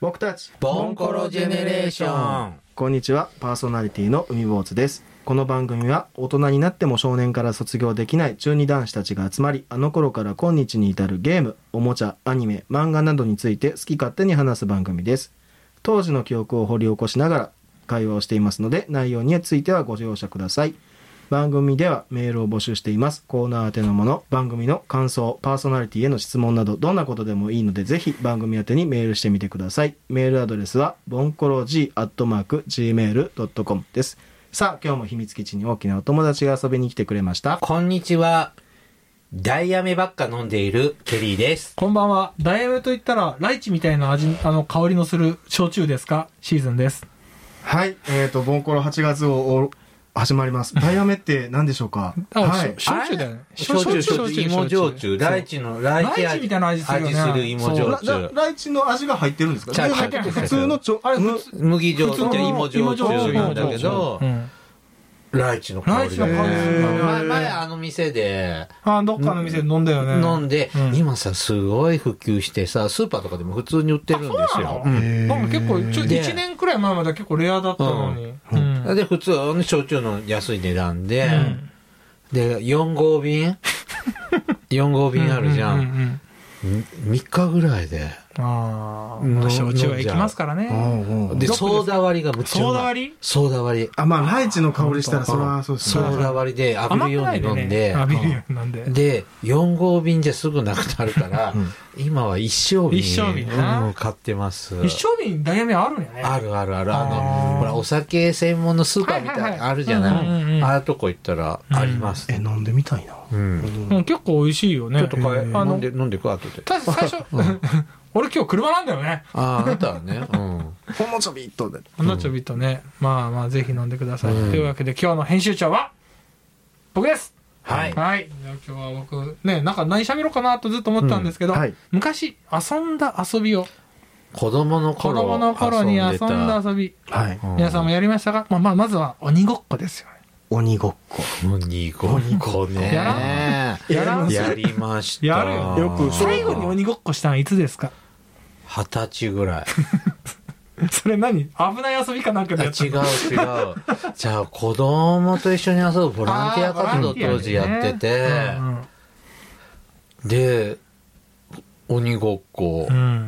僕たちボンコロジェネレーション。 こんにちは、パーソナリティの海坊主です。この番組は大人になっても少年から卒業できない中二男子たちが集まり、あの頃から今日に至るゲーム、おもちゃ、アニメ、漫画などについて好き勝手に話す番組です。当時の記憶を掘り起こしながら会話をしていますので、内容についてはご容赦ください。番組ではメールを募集しています。コーナー宛てのもの、番組の感想、パーソナリティへの質問などどんなことでもいいので、ぜひ番組宛てにメールしてみてください。メールアドレスはボンコロG@gmail.com です。さあ、今日も秘密基地に大きなお友達が遊びに来てくれました。 こんにちは。ダイヤメばっか飲んでいるケリーです。 こんばんは。ダイヤメといったらライチみたいな味、香りのする焼酎ですか？シーズンです。 はい、ボンコロ8月を始まります。ダイヤメって何でしょうか？ はい。焼酎だよね。 焼酎、芋焼酎。ライチみたいな味する芋焼酎。 ライチの味が入ってるんですか？ 入ってる。 普通の麦焼酎、芋焼酎なんだけど、ライチの香りで。前店で。 どっかの店で飲んだよね。 飲んで、今さ、すごい普及してさ、スーパーとかでも普通に売ってるんですよ。 なんか結構、1年くらい前までは結構レアだったのに。 で、普通の焼酎の安い値段で、で、4合瓶あるじゃん。3日ぐらいで。 焼酎は行きますからね。 で、ソーダ割りがむっちゃうまい。ソーダ割り。 まあ、ライチの香りしたら、それはそうですね。 ソーダ割りで浴びるように飲んで、で、4合瓶じゃすぐなくなるから、今は一升瓶買ってます。 一升瓶ダイヤメあるんやね。 ある。ほら、お酒専門のスーパーみたいなあるじゃない。ああいうとこ行ったらあります。 飲んでみたいな。 結構美味しいよね。 ちょっと飲んでく後で。 最初、俺今日車なんだよね。 あなたはね。 ほんのちょびっとで。 ほんのちょびっとね。まあぜひ飲んでください。というわけで今日の編集長は僕です。 はい。 はい。今日は僕ね、なんか何喋ろうかなとずっと思ったんですけど、昔遊んだ遊びを。 子供の頃に遊んだ遊び。はい。皆さんもやりましたか？まずは鬼ごっこですよね。 鬼ごっこね。 やりました。 やるよ。よく最後に鬼ごっこしたのはいつですか ？20歳ぐらい。 それ何？危ない遊びかなんかでやった？ 違う。じゃあ子供と一緒に遊ぶボランティア活動当時やってて、で、鬼ごっこ、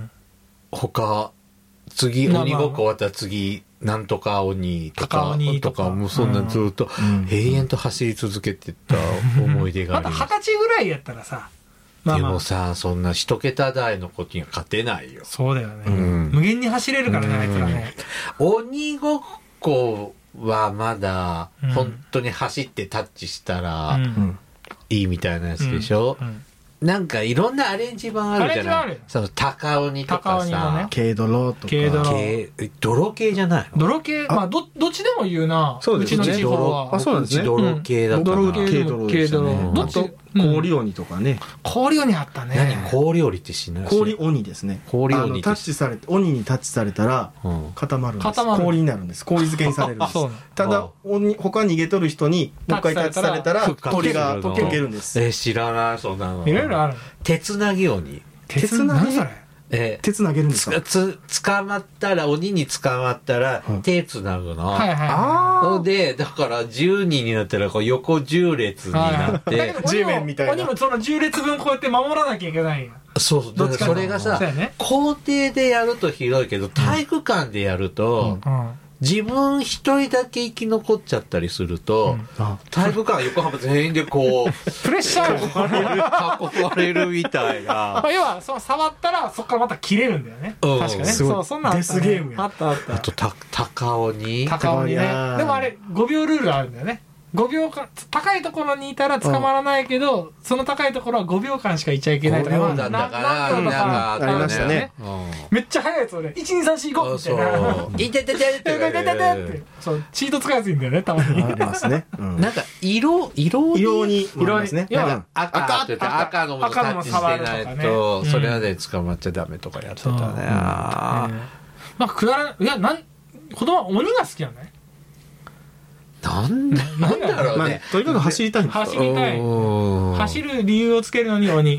次鬼ごっこ終わったら次、なんとか鬼とかもうそんなずっと永遠と走り続けてた思い出があります。 まだ20歳ぐらいやったらさ、 でもさ、そんな一桁台の子には勝てないよ。 そうだよね。無限に走れるからね、あいつらね。 鬼ごっこはまだ本当に走ってタッチしたらいいみたいなやつでしょ。なんかいろんなアレンジ版あるじゃない。その高鬼とかさ、 軽泥とか。 泥系じゃないの？ 泥系、どっちでも言うな。 そうですね。 うちの地方は。 そうなんですね。 泥系だったな。 軽泥。どっち？ 氷鬼とかね。 氷鬼あったね。 何？氷鬼って知らない？ 氷鬼ですね。 氷鬼。 タッチされて、鬼にタッチされたら固まるんです。氷になるんです。氷漬けにされるんです。ただ、他逃げとる人にもう一回タッチされたら鳥が溶けるんです。 知らない、そんなの。 いろいろある。 鉄投げ鬼。 鉄投げ？鉄投げるんですか？ 鬼に捕まったら手つなぐの。で、だから10人になったら横10列になって。 地面みたいな。 鬼もその10列分こうやって守らなきゃいけないよ。 そう。それがさ、校庭でやると広いけど、体育館でやると、自分一人だけ生き残っちゃったりすると、体育館横浜全員でこうプレッシャー囲まれるみたいな。 要はその触ったらそこからまた切れるんだよね。確かね。そんなデスゲームや。 あった。 あと高鬼ね。でもあれ5秒ルールあるんだよね。5秒間、高いところにいたら捕まらないけど、その高いところは5秒間しかいちゃいけないとか。 5秒だったから、なんかありましたね。 めっちゃ速いやつをね、1、2、3、4、5みたいな。 いててててって。そう、チート使うやついいんだよね、たまに。 ありますね。 なんか、色にますね。 赤って言って赤のものタッチしてないと、それまで捕まっちゃダメとかやってたね。 くだらない。子供は鬼が好きなのね。 なんだろうね。 とにかく走りたいんです。 走りたい。走る理由をつけるのに鬼。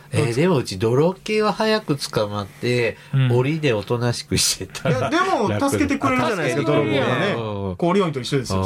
でもうち泥系は早く捕まって、檻でおとなしくしてたら。 いや、でも助けてくれるじゃないですか、泥棒がね。氷鬼と一緒ですよ。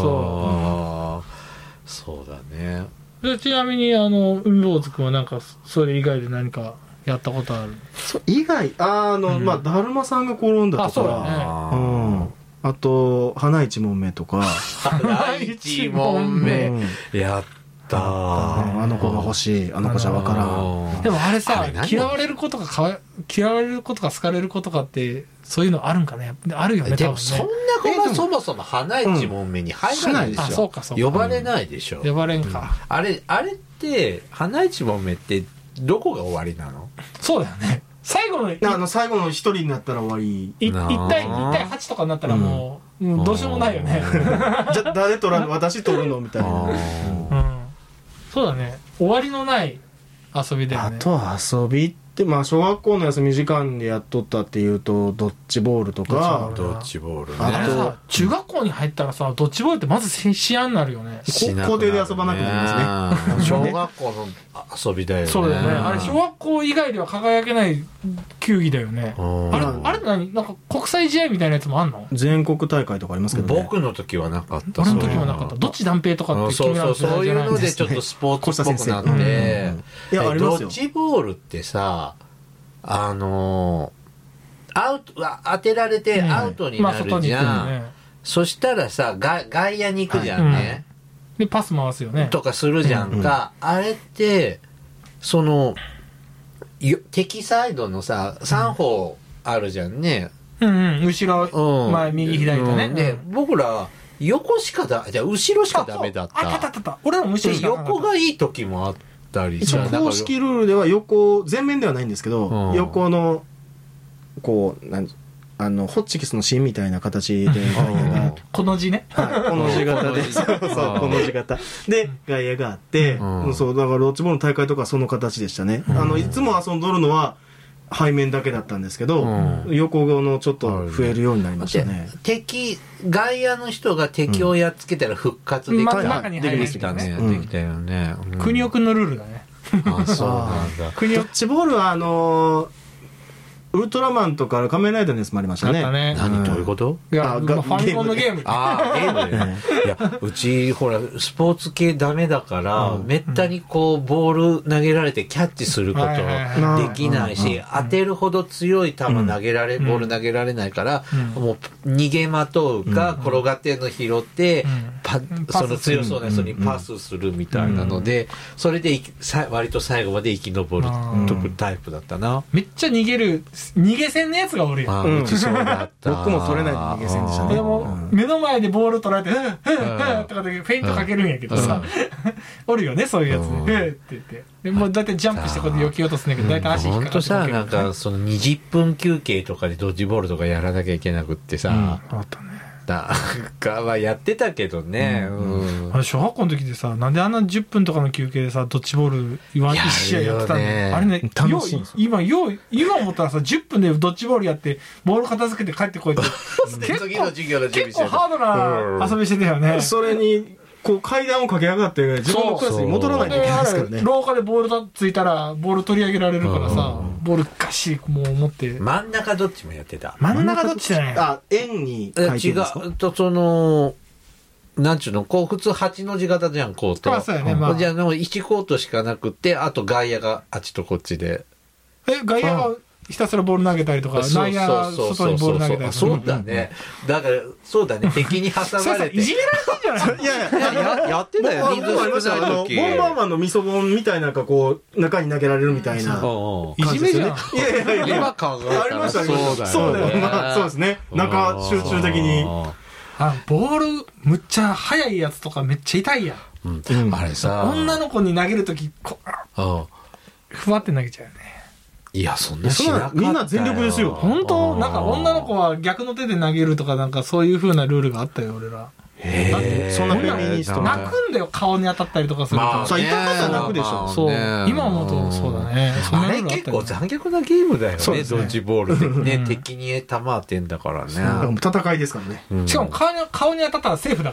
そうだね。 でちなみに海坊主君はなんかそれ以外で何かやったことある？ 以外まあだるまさんが転んだとか、 そうだね。 あと花一問目とか。 花一問目やったー。 あの子が欲しい、あの子じゃわからん。 でもあれさ、嫌われることか好かれることかってそういうのあるんかね。あるよね。 でもそんな子がそもそも花一問目に入らないでしょ。呼ばれないでしょ。 呼ばれんか。 あれって花一問目ってどこが終わりなの？ そうだよね。最後の一人になったら終わり。1対8とかになったらもうどうしようもないよね。 じゃあ誰取らんの？私取るのみたいな。 そうだね。終わりのない遊びだよね。 あと遊びってまあ小学校の休み時間でやっとったっていうとドッジボールとか。 ドッジボールね。 あれさ、中学校に入ったらさ、ドッジボールってまず試合になるよね。 校庭で遊ばなくなりますね。 小学校の遊びだよね。 そうだよね。あれ小学校以外では輝けない球技だよね。あれ何？なんか国際試合みたいなやつもあんの？ 全国大会とかありますけどね。 僕の時はなかった。 俺の時はなかった。どっち断平とかってそういうのでちょっとスポーツっぽくなって。 いや、ありますよ。 ドッジボールってさ、アウト、当てられてアウトになるじゃん。そしたらさ、外野に行くじゃんね。 で、パス回すよね。 とかするじゃんか。あれって、敵サイドのさ、3歩あるじゃんね。 後ろ、前、右、左とね。 で、僕ら、横しかじゃあ後ろしかダメだった。 あった。俺らも後ろしかダメだった。 横がいい時もあったりさ。公式ルールでは前面ではないんですけど、横の、こう、ホッチキスの芯みたいな形で外野が。 この字ね。 この字型で。そう、この字型。で、外野があって、そう、だからドッジボールの大会とかその形でしたね。いつも遊んどるのは、背面だけだったんですけど、横のちょっと増えるようになりましたね。 外野の人が敵をやっつけたら復活できた。 できたね。 できたよね。 国尾くんのルールだね。 あ、そうなんだ。 ドッジボールはウルトラマンとか仮面ライダーのやつもありましたね。 何どういうこと？ いや、ファミコンのゲーム。 ゲームでね。いや、うち、ほら、スポーツ系ダメだから、めったにこう、ボール投げられてキャッチすることできないし、当てるほど強い球ボール投げられないから、もう、逃げまとうか、転がってんの拾って、その強そうな人にパスするみたいなので、それで割と最後まで生き残るタイプだったな。 めっちゃ逃げ線のやつがおるよ。 うちそうだった。 僕も取れないで逃げ線でしたね。 でも、目の前でボール取られて、とかでフェイントかけるんやけどさ、おるよね、そういうやつで。って言って。でもうだいたいジャンプしてこうやって避けようとするんだけど、だいたい足引っかかって。 ほんとさ、なんか、その20分休憩とかでドッジボールとかやらなきゃいけなくってさ、 あったね。 はやってたけどね。 あれ小学校の時でさ、なんであんな10分とかの休憩でさ、ドッジボール1試合やってたんだよ。あれね、 楽しいんですよ。 今思ったらさ、10分でドッジボールやって、ボール片付けて帰ってこいって。 次の授業の準備して結構ハードな遊びしてたよね。 それに、こう階段を駆け上がって自分のクラスに戻らないといけないですからね。 廊下でボールついたらボール取り上げられるからさ、ボールガシッもう持って真ん中どっちもやってた。 真ん中どっちじゃない。 円に書いてるんですか？ 違うなんちゅうのこう普通8の字型じゃんコート。 そうやね。 じゃあ1コートしかなくてあと外野があっちとこっちで。 外野がひたすらボール投げたりとか、内野が外にボール投げたりとか。 そうだね。だから、そうだね。敵に挟まれて。 いじめられてんじゃない？ いや、 やってたよ。人数少ない時。 ボンバーマンの味噌本みたいなこう、中に投げられるみたいな。 いじめじゃん。 いや、今考えたらそうだよ。まあ、そうですね。中、集中的に。 ボール、むっちゃ速いやつとかめっちゃ痛いやん。 あれさ。 女の子に投げるとき、ふわって投げちゃうよね。 いや、そんなしなかったよ。 みんな全力ですよ。 本当なんか女の子は逆の手で投げるとかなんかそういう風なルールがあったよ、俺ら。 そんなフェミニスト泣くんだよ、顔に当たったりとかすると。 そう、痛かったら泣くでしょ。 そう。今思うとそうだね。 あれ結構残虐なゲームだよね、ドッジボールでね。敵に球当てんだからね。 戦いですからね。 しかも顔に当たったらセーフだからね。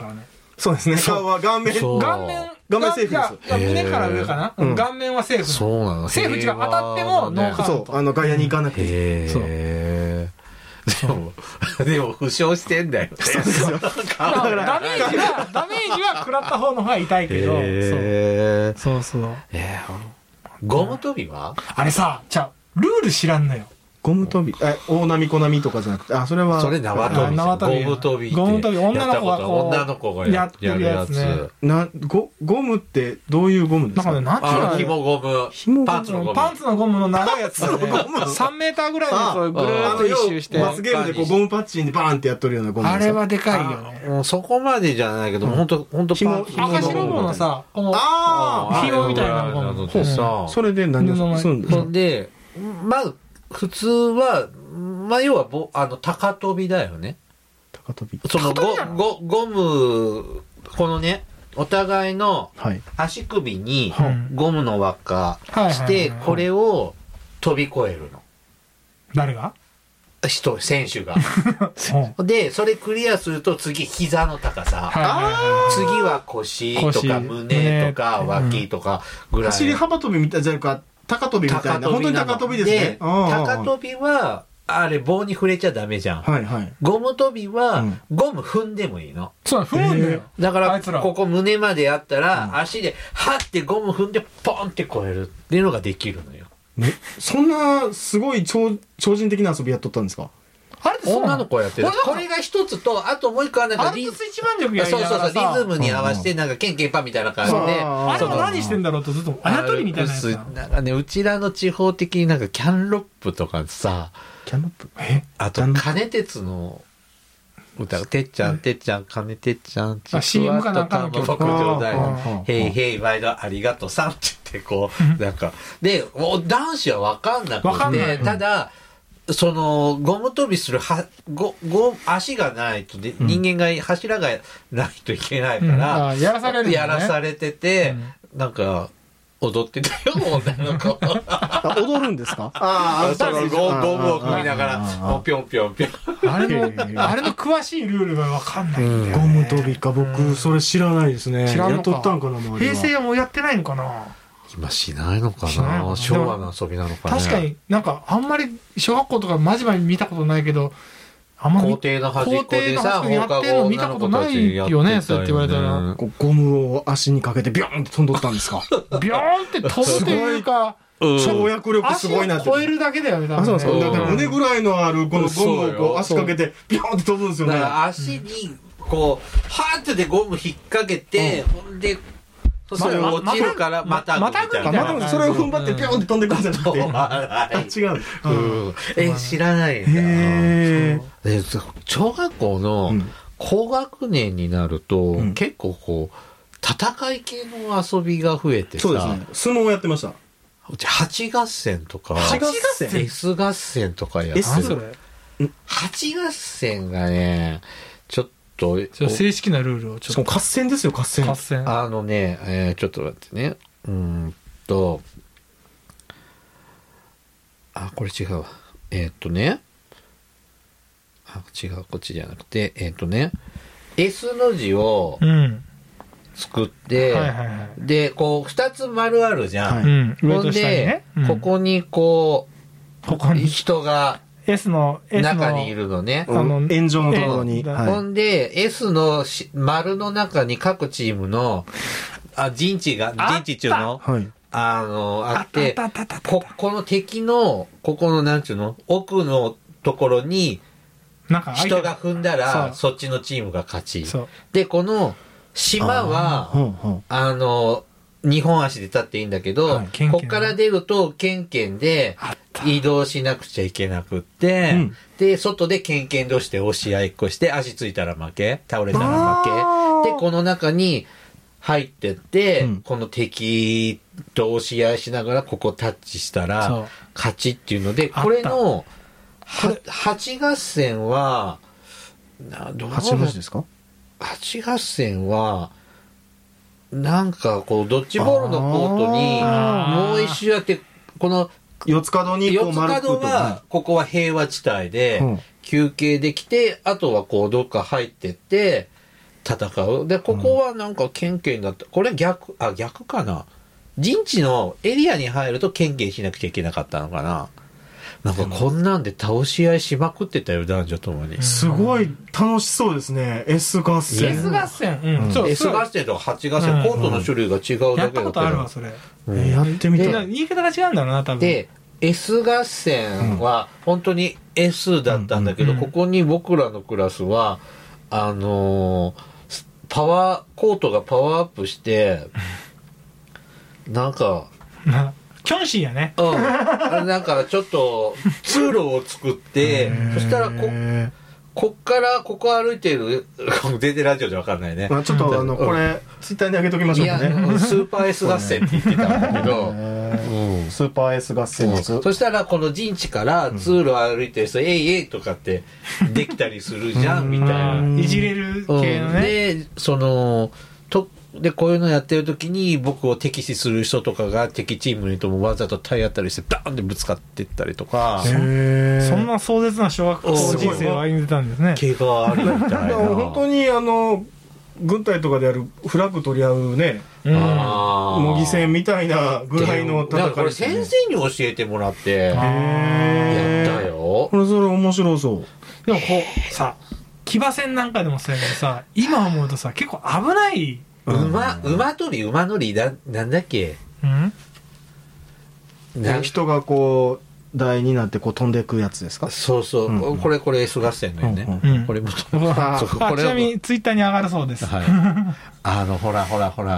そうですね。顔は顔面。 そう顔面顔面セーフですよ。 いや胸から上かな、 うん顔面はセーフ。 そうなの。 セーフ違う、当たってもノーカウント。 そう、外野に行かなくて。 へー。でも負傷してんだよね。 ダメージは食らった方の方が痛いけど。 へー。 そうそう。 ゴム跳びはあれさ、ルール知らんのよ。 ゴム跳び、大波小波とかじゃなくて、それは。 それ縄跳び。ゴム跳び。 ゴム跳び、女の子が女の子がやってるやつ。 ゴムってどういうゴムですか？ なんかね、 紐ゴム。パンツのゴム。 パンツのゴムの長いやつだね。3メーターぐらいのやつをぐるーっと一周して。 罰ゲームでゴムパッチンでバーンってやっとるようなゴム。 あれはでかいよね。 もうそこまでじゃないけど、ほんとパンツ。 赤白ゴムのさ、この、紐みたいなゴムでさ、 それで何をするんですか？ で、まず、普通は、要は高跳びだよね。 高跳び。 そのゴム、このね、お互いの足首にゴムの輪っかして、これを飛び越えるの。 誰が？ 選手が。で、それクリアすると次膝の高さ。次は腰とか胸とか脇とかぐらい。 走り幅跳びみたいじゃなくて、高跳びみたいな。本当に高跳びですね。 高跳びは、あれ棒に触れちゃダメじゃん。 はいはい。 ゴム跳びは、ゴム踏んでもいいの。 そう、踏むんだよ。 だから、ここ胸までやったら、足で、はってゴム踏んで、ポンって越えるっていうのができるのよ。 そんな、すごい超人的な遊びやっとったんですか？ あれって女の子やってる。これが一つと、あともう一個はなんかアルプス一番力やりながらさ、 そうリズムに合わせて、なんかケンケンパンみたいな感じで。 あれも何してんだろうとずっと、あやとりみたいなやつ。 なんかね、うちらの地方的になんかキャンロップとかさ、 キャンロップ？ あと、金鉄の歌、てっちゃん、金てっちゃん、 CM かなんかの曲。 牧場大の、ヘイヘイ、毎度ありがとうさんって言って、こう、なんか、で、男子はわかんなくて、ただ、その、ゴム跳びする足がないと、人間が、柱がないといけないから、 やらされる、 やらされてて、なんか、踊ってたよ、女の子。 踊るんですか？ そのゴムを踏みながら、ぴょんぴょんぴょん。 あれの詳しいルールがわかんないんだよ。 ゴム跳びか、僕、それ知らないですね。やっとったんかな、 平成はもうやってないのかな？ 今しないのかな？昭和の遊びなのかな？ 確かになんかあんまり小学校とかまじまじ見たことないけど、あんまり校庭の端っこでさ、 やってるの見たことないよね、そうやって言われたら。 ゴムを足にかけてビョーンって飛んどったんですか？ ビョーンって飛ぶというか、 跳躍力すごいなって。 足を超えるだけだよね、 そうそう。だから胸ぐらいのあるこのゴムをこう足かけてビョーンって飛ぶんですよね。 だから足にこう、ハーってでゴム引っ掛けて、ほんで、それ落ちるからまたみたいな。 それを踏ん張ってピョンって飛んでくるんじゃなくて。違う。知らないんだ。小学校の高学年になると、結構こう、戦い系の遊びが増えてさ。 そうですね。相撲やってました。 うち八合戦とか、S 合戦とかやってる。八合戦がね、ちょっと、 正式なルールをちょっと。 しかも合戦ですよ、合戦。 ちょっと待ってね。これ違うわ。違う、こっちじゃなくて、S の字を作って、で、こう、二つ丸あるじゃん。ほんで、ここにこう、人が、 S の中にいるのね。 円状のところに。 ほんで、S の丸の中に各チームの、陣地中の、あって、この敵の、ここのなんちゅうの、奥のところに、人が踏んだら、そっちのチームが勝ち。で、この島は、2本足で立っていいんだけど、こっから出ると、ケンケンで移動しなくちゃいけなくって、で、外でケンケン同士で押し合いっこして、足ついたら負け、倒れたら負け。で、この中に入ってって、この敵と押し合いしながら、ここタッチしたら、勝ちっていうので、これの、八合戦は、 八の字ですか？ 八合戦は、なんかこう、ドッジボールのコートに、もう一周やって、この、 四つ角にこう丸くと。 四つ角は、ここは平和地帯で、休憩できて、あとはこう、どっか入ってって、 戦う。で、ここはなんかケンケンだった。これ逆かな。陣地のエリアに入るとケンケンしなくちゃいけなかったのかな。なんかこんなんで倒し合いしまくってたよ、男女ともに。 すごい楽しそうですね。S 合戦。 S 合戦。 そう。S 合戦と8合戦、コートの種類が違うだけだけど。 やったことあるわ、それ。 やってみたい。 言い方が違うんだろうな、多分。 で、S 合戦は本当に S だったんだけど、ここに僕らのクラスは、コートがパワーアップして、なんか、 キョンシーやね。 なんかちょっと通路を作って、そしたらこっからここ歩いてる、全然ラジオでわかんないね。 ちょっとこれ、ツイッターに上げときましょうかね。 スーパー S 合戦って言ってたんだけど、 スーパー S 合戦です。 そしたらこの陣地から通路を歩いてる人、えいとかってできたりするじゃん、みたいな。 いじれる系のね。 で、こういうのやってる時に僕を敵視する人とかが敵チームにともわざと体当たりしてダーンってぶつかっていったりとか。 そんな壮絶な小学校人生を歩んでたんですね。 怪我あるみたいな。 本当に軍隊とかであるフラッグ取り合うね、模擬戦みたいなぐらいの戦い。 これ先生に教えてもらってやったよ。 これそれ面白そう。 でもさ、騎馬戦なんかでもそうやけどさ、今思うとさ、結構危ない。 馬乗りなんだっけ、 人がこう台になってこう飛んでいくやつですか。 そうそう、これ S 合戦のよね、これもちなみにツイッターに上がるそうです。 はい、ほら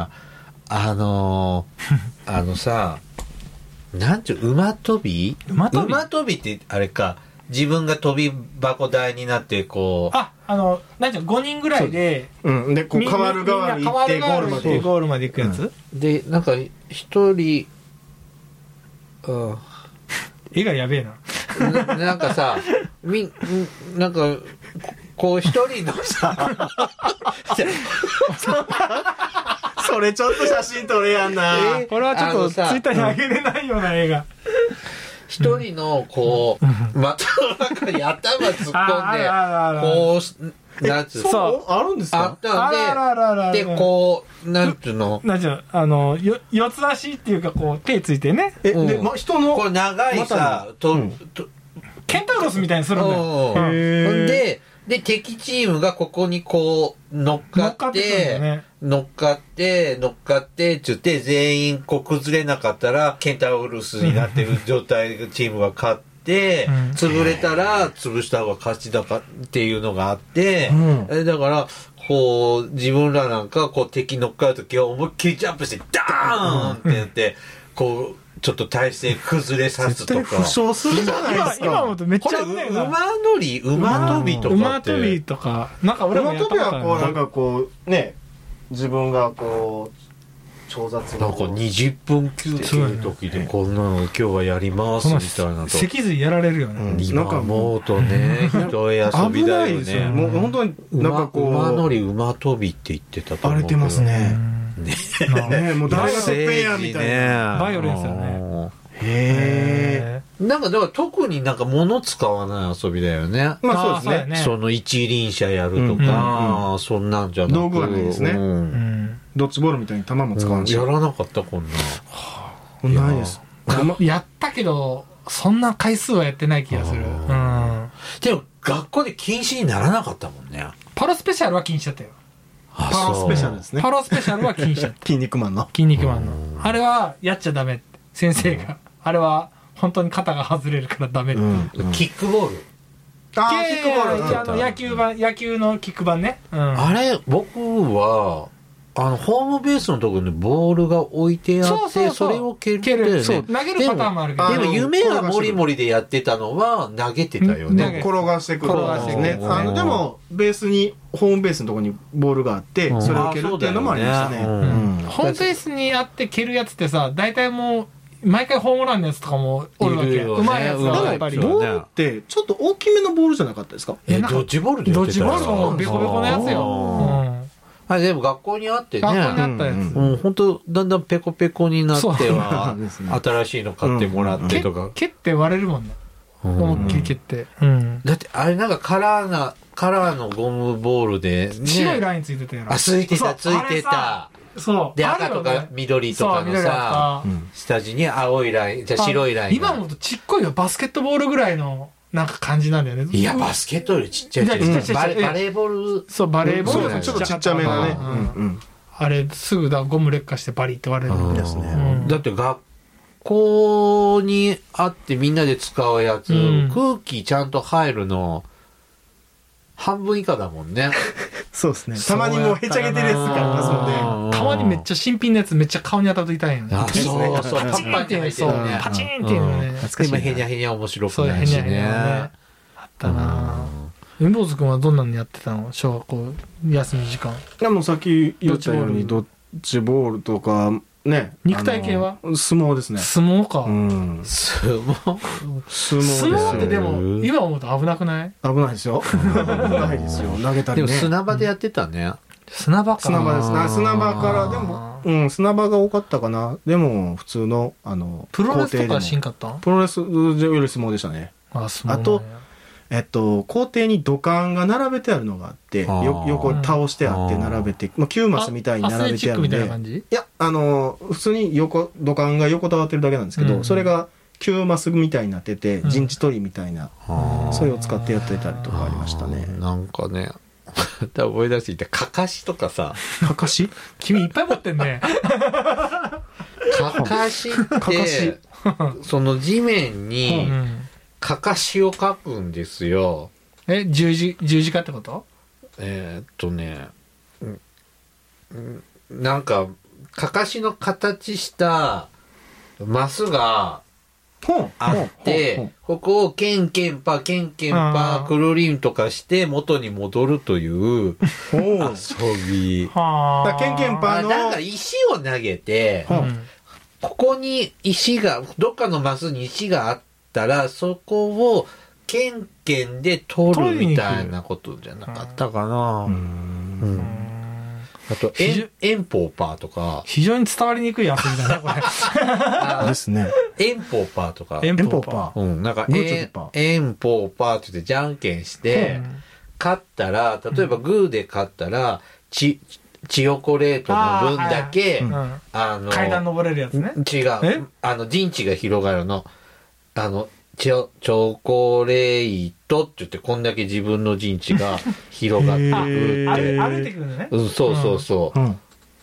さ、なんちゅう、馬跳びってあれか、自分が飛び箱台になってこう、 なんじゃ5人ぐらいで、 でこう変わる側に行ってゴールまで行くやつ、 でなんか一人絵がやべえな。 なんかさなんかこう一人のさそれちょっと写真撮れやんな。 これはちょっとツイッターに上げれないような絵が。 一人のこう股の中に頭突っ込んでこうなんつうそうあるんですか。 あったんでこうなんつうの四つ足っていうかこう手ついてね。 で人のこれ長いさケンタウロスみたいにするんだよ。 で敵チームがここにこう乗っかってつって全員こう崩れなかったらケンタウロスになってる状態でチームが勝って潰れたら潰した方が勝ちだかっていうのがあって、だからこう自分らなんかこう敵乗っかるときは思いっきりジャンプしてダーンってやってこうちょっと体勢崩れさすとか。 負傷するじゃないですか。 今思うとめっちゃ馬跳びとかって。 馬跳びとか。なんか俺もやったことある。 馬跳びはこうなんかこうね、自分がこう超雑なんか20分休憩の時でこんなの今日はやりますみたいなと。 脊髄やられるよね。 今思うとね、ひどい遊びだよね。 もう本当になんかこう馬乗り馬跳びって言ってたと思う。 荒れてますね。ね、もう誰がトップやみたいな。 バイオレンスだね。 へえ。なんかだから特になんか物使わない遊びだよね。 まあそうですね。 その一輪車やるとか、そんなんじゃなくて。 道具はないですね。ドッジボールみたいに球も使わんし。 やらなかったこんな。ないです。 やったけど、そんな回数はやってない気がする。 でも学校で禁止にならなかったもんね。 パロスペシャルは禁止だったよ。 パロスペシャルですね。 パロスペシャルは禁止だった。 筋肉マンの。 あれはやっちゃダメって。先生が。あれは本当に肩が外れるからダメって。 キックボール。 キックボール。野球のキック版ね。 あれ、僕は、ホームベースのところにボールが置いてあって、それを蹴る。 投げるパターンもあるけど。 でも夢はモリモリでやってたのは投げてたよね。 転がしてくる。でも、ベースに、ホームベースのところにボールがあって、それを蹴るっていうのもありましたね。 ホームベースにあって蹴るやつってさ、大体もう、毎回ホームランのやつとかもおるわけ。うまいやつはやっぱり。 ボールってちょっと大きめのボールじゃなかったですか。 ドッジボールでやってた。 ドッジボールのベコベコのやつよ。 でも学校にあってね。 学校にあったやつ。 本当だんだんペコペコになっては、新しいの買ってもらってとか。 蹴って割れるもんね。思いっきり蹴って。 だってあれなんかカラーなカラーのゴムボールで、ね、 白いラインついてたやろ。 あ、ついてた。 そう。 で、赤とか緑とかのさ、下地に青いライン、じゃ白いライン。 今思うとちっこいよ。バスケットボールぐらいのなんか感じなんだよね。 いや、バスケットよりちっちゃい。バレーボール。 そう、バレーボールちょっとちっちゃめだね。 あれ、すぐゴム劣化してバリって割れるんですね。 だって学校にあってみんなで使うやつ、空気ちゃんと入るの、半分以下だもんね。 そうですね。たまにもうへちゃげてるやつからそうで。たまにめっちゃ新品のやつめっちゃ顔に当たると痛いよね。 そうそう。パチンってそう。パチンっていうのね。 今ヘニャヘニャ面白くないしね。 あったなぁ。梅坊主くんはどんなのやってたの？小学校休み時間。 いやもうさっき言ったようにドッジボールとか、ね。 肉体系は相撲ですね。 相撲か。 相撲ってでも、今思うと危なくない？ 危ないですよ。危ないですよ。投げたりね。 でも砂場でやってたね。 砂場か。 砂場ですね。砂場からでも、砂場が多かったかな。でも、普通の、 プロレスとかしんかった？ プロレスより相撲でしたね。 あと、校庭に土管が並べてあるのがあって、横倒してあって並べて、9マスみたいに並べてあるんで、いや、普通に土管が横たわってるだけなんですけど、それが9マスみたいになってて、陣地取りみたいな、それを使ってやってたりとかありましたね。 なんかね、思い出していた、かかしとかさ。 かかし？ 君いっぱい持ってんね。 かかしって、その地面に、かかしを書くんですよ。 十字架ってこと？ なんか、かかしの形したマスがあって、ここをケンケンパくるりんとかして元に戻るという遊び。 ケンケンパの。 なんか石を投げて、ここに石が、どっかのマスに石があったら、そこをケンケンで取るみたいなことじゃなかったかな。あと、エンポーパーとか。 非常に伝わりにくい遊びだね、これ。 ですね。 エンポーパーとか。 エンポーパー。なんか、エンポーパーって言ってじゃんけんして、勝ったら、例えばグーで勝ったら、チヨコレートの分だけ、 階段登れるやつね。 違う。陣地が広がるの。チョコレートって言って、こんだけ自分の陣地が広がってくるって。 歩いてくるのね。 そう。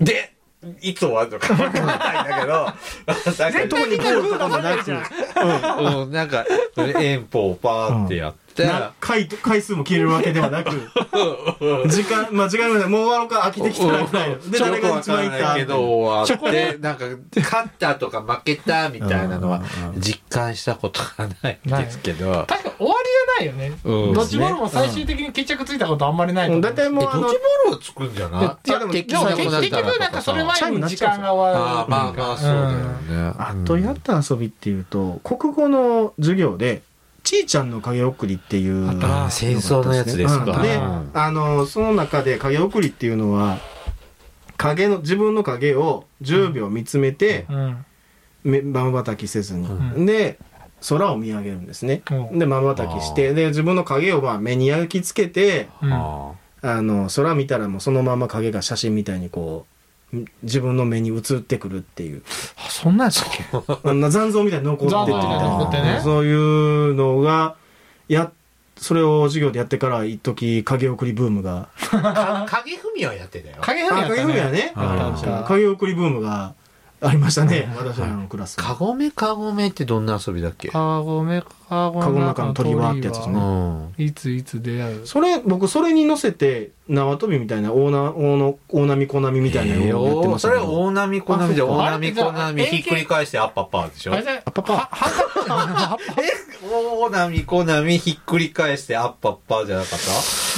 で、いつ終わるのか分からないんだけど、 特にゴールとかもないし。 なんか、エンポーパーってやって、 回数も切れるわけではなく、時間もう終わろうか飽きてきたらぐらいの。 で、誰が一番いったけど終わって、なんか、勝ったとか負けたみたいなのは実感したことがないんですけど。 確か終わりはないよね。ドッジボールも最終的に決着ついたことあんまりないと思う。 だいたいもうドッジボールはつくんじゃない結局なんかそれ前に時間が終わる。 まあそうだよね。 あとやった遊びっていうと、国語の授業で、ちーちゃんの影送りっていう。 戦争のやつですか。 で、その中で影送りっていうのは、自分の影を10秒見つめて、まばたきせずに。で、空を見上げるんですね。で、まばたきして、で、自分の影を目に焼き付けて、空見たらもうそのまま影が写真みたいにこう、自分の目に映ってくるっていう。 そんなやつっけ？ 残像みたいに残ってってみたいな。そういうのが、それを授業でやってから一時影送りブームが。 影踏みはやってたよ。 影踏みはね。 影送りブームがありましたね。私のクラス。 カゴメってどんな遊びだっけ？ カゴの中の鳥はってやつですね。 いつ出会う。 僕それに乗せて縄跳びみたいな大波小波みたいなのをやってました。 それ大波小波で大波小波ひっくり返してアッパッパーでしょ？アッパッパー。大波小波ひっくり返してアッパッパーじゃなかった？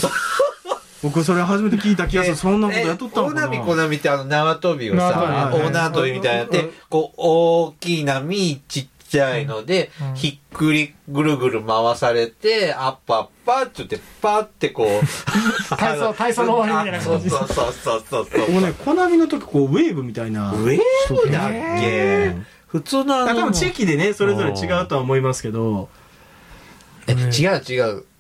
僕それ初めて聞いた気がする。そんなことやっとったのかな。 大波小波って縄跳びをさ、大縄跳びみたいなやって、こう、大きい波、ちっちゃいので、ひっくり、ぐるぐる回されて、アッパッパーって言って、パーってこう、 体操の終わりみたいな感じ。 そう。 僕ね、小波の時こう、ウェーブみたいな。 ウェーブだっけ？普通の多分地域でね、それぞれ違うとは思いますけど。 違う。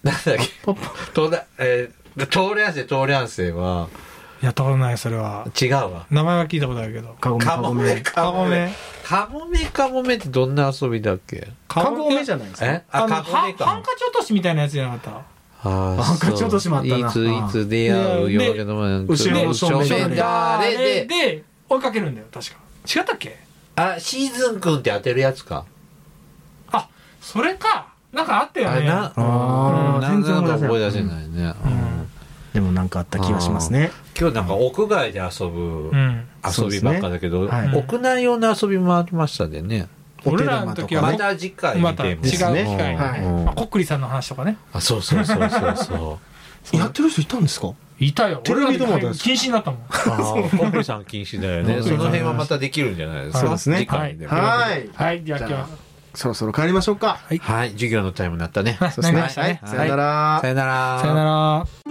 なんだっけトーレアンセはやったことないそれは。 違うわ。 名前は聞いたことあるけど。 カゴメカゴメってどんな遊びだっけ？ カゴメじゃないですか。 カゴメか。 ハンカチ落としみたいなやつじゃなかった？ ハンカチ落としもあったな。 いつ出会うよけども後ろの正面で追いかけるんだよ確か。違ったっけ？ シーズン君って当てるやつか。 あ、それか。なんかあったよね。 なんか覚え出せないね。 でもなんかあった気がしますね。 今日なんか屋外で遊ぶ遊びばっかだけど、屋内用の遊びもありましたでね。 俺らの時はまた次回また違う機会に。こっくりさんの話とかね。 そう。 やってる人いたんですか？ いたよ。 テレビでも禁止になったもん。 コップリさん禁止だよね。その辺はまたできるんじゃないですか。 そうですね。 はい。 じゃあ今日はそろそろ帰りましょうか。 はい。授業のタイムになったね。 そうですね。 さよなら。 さよなら。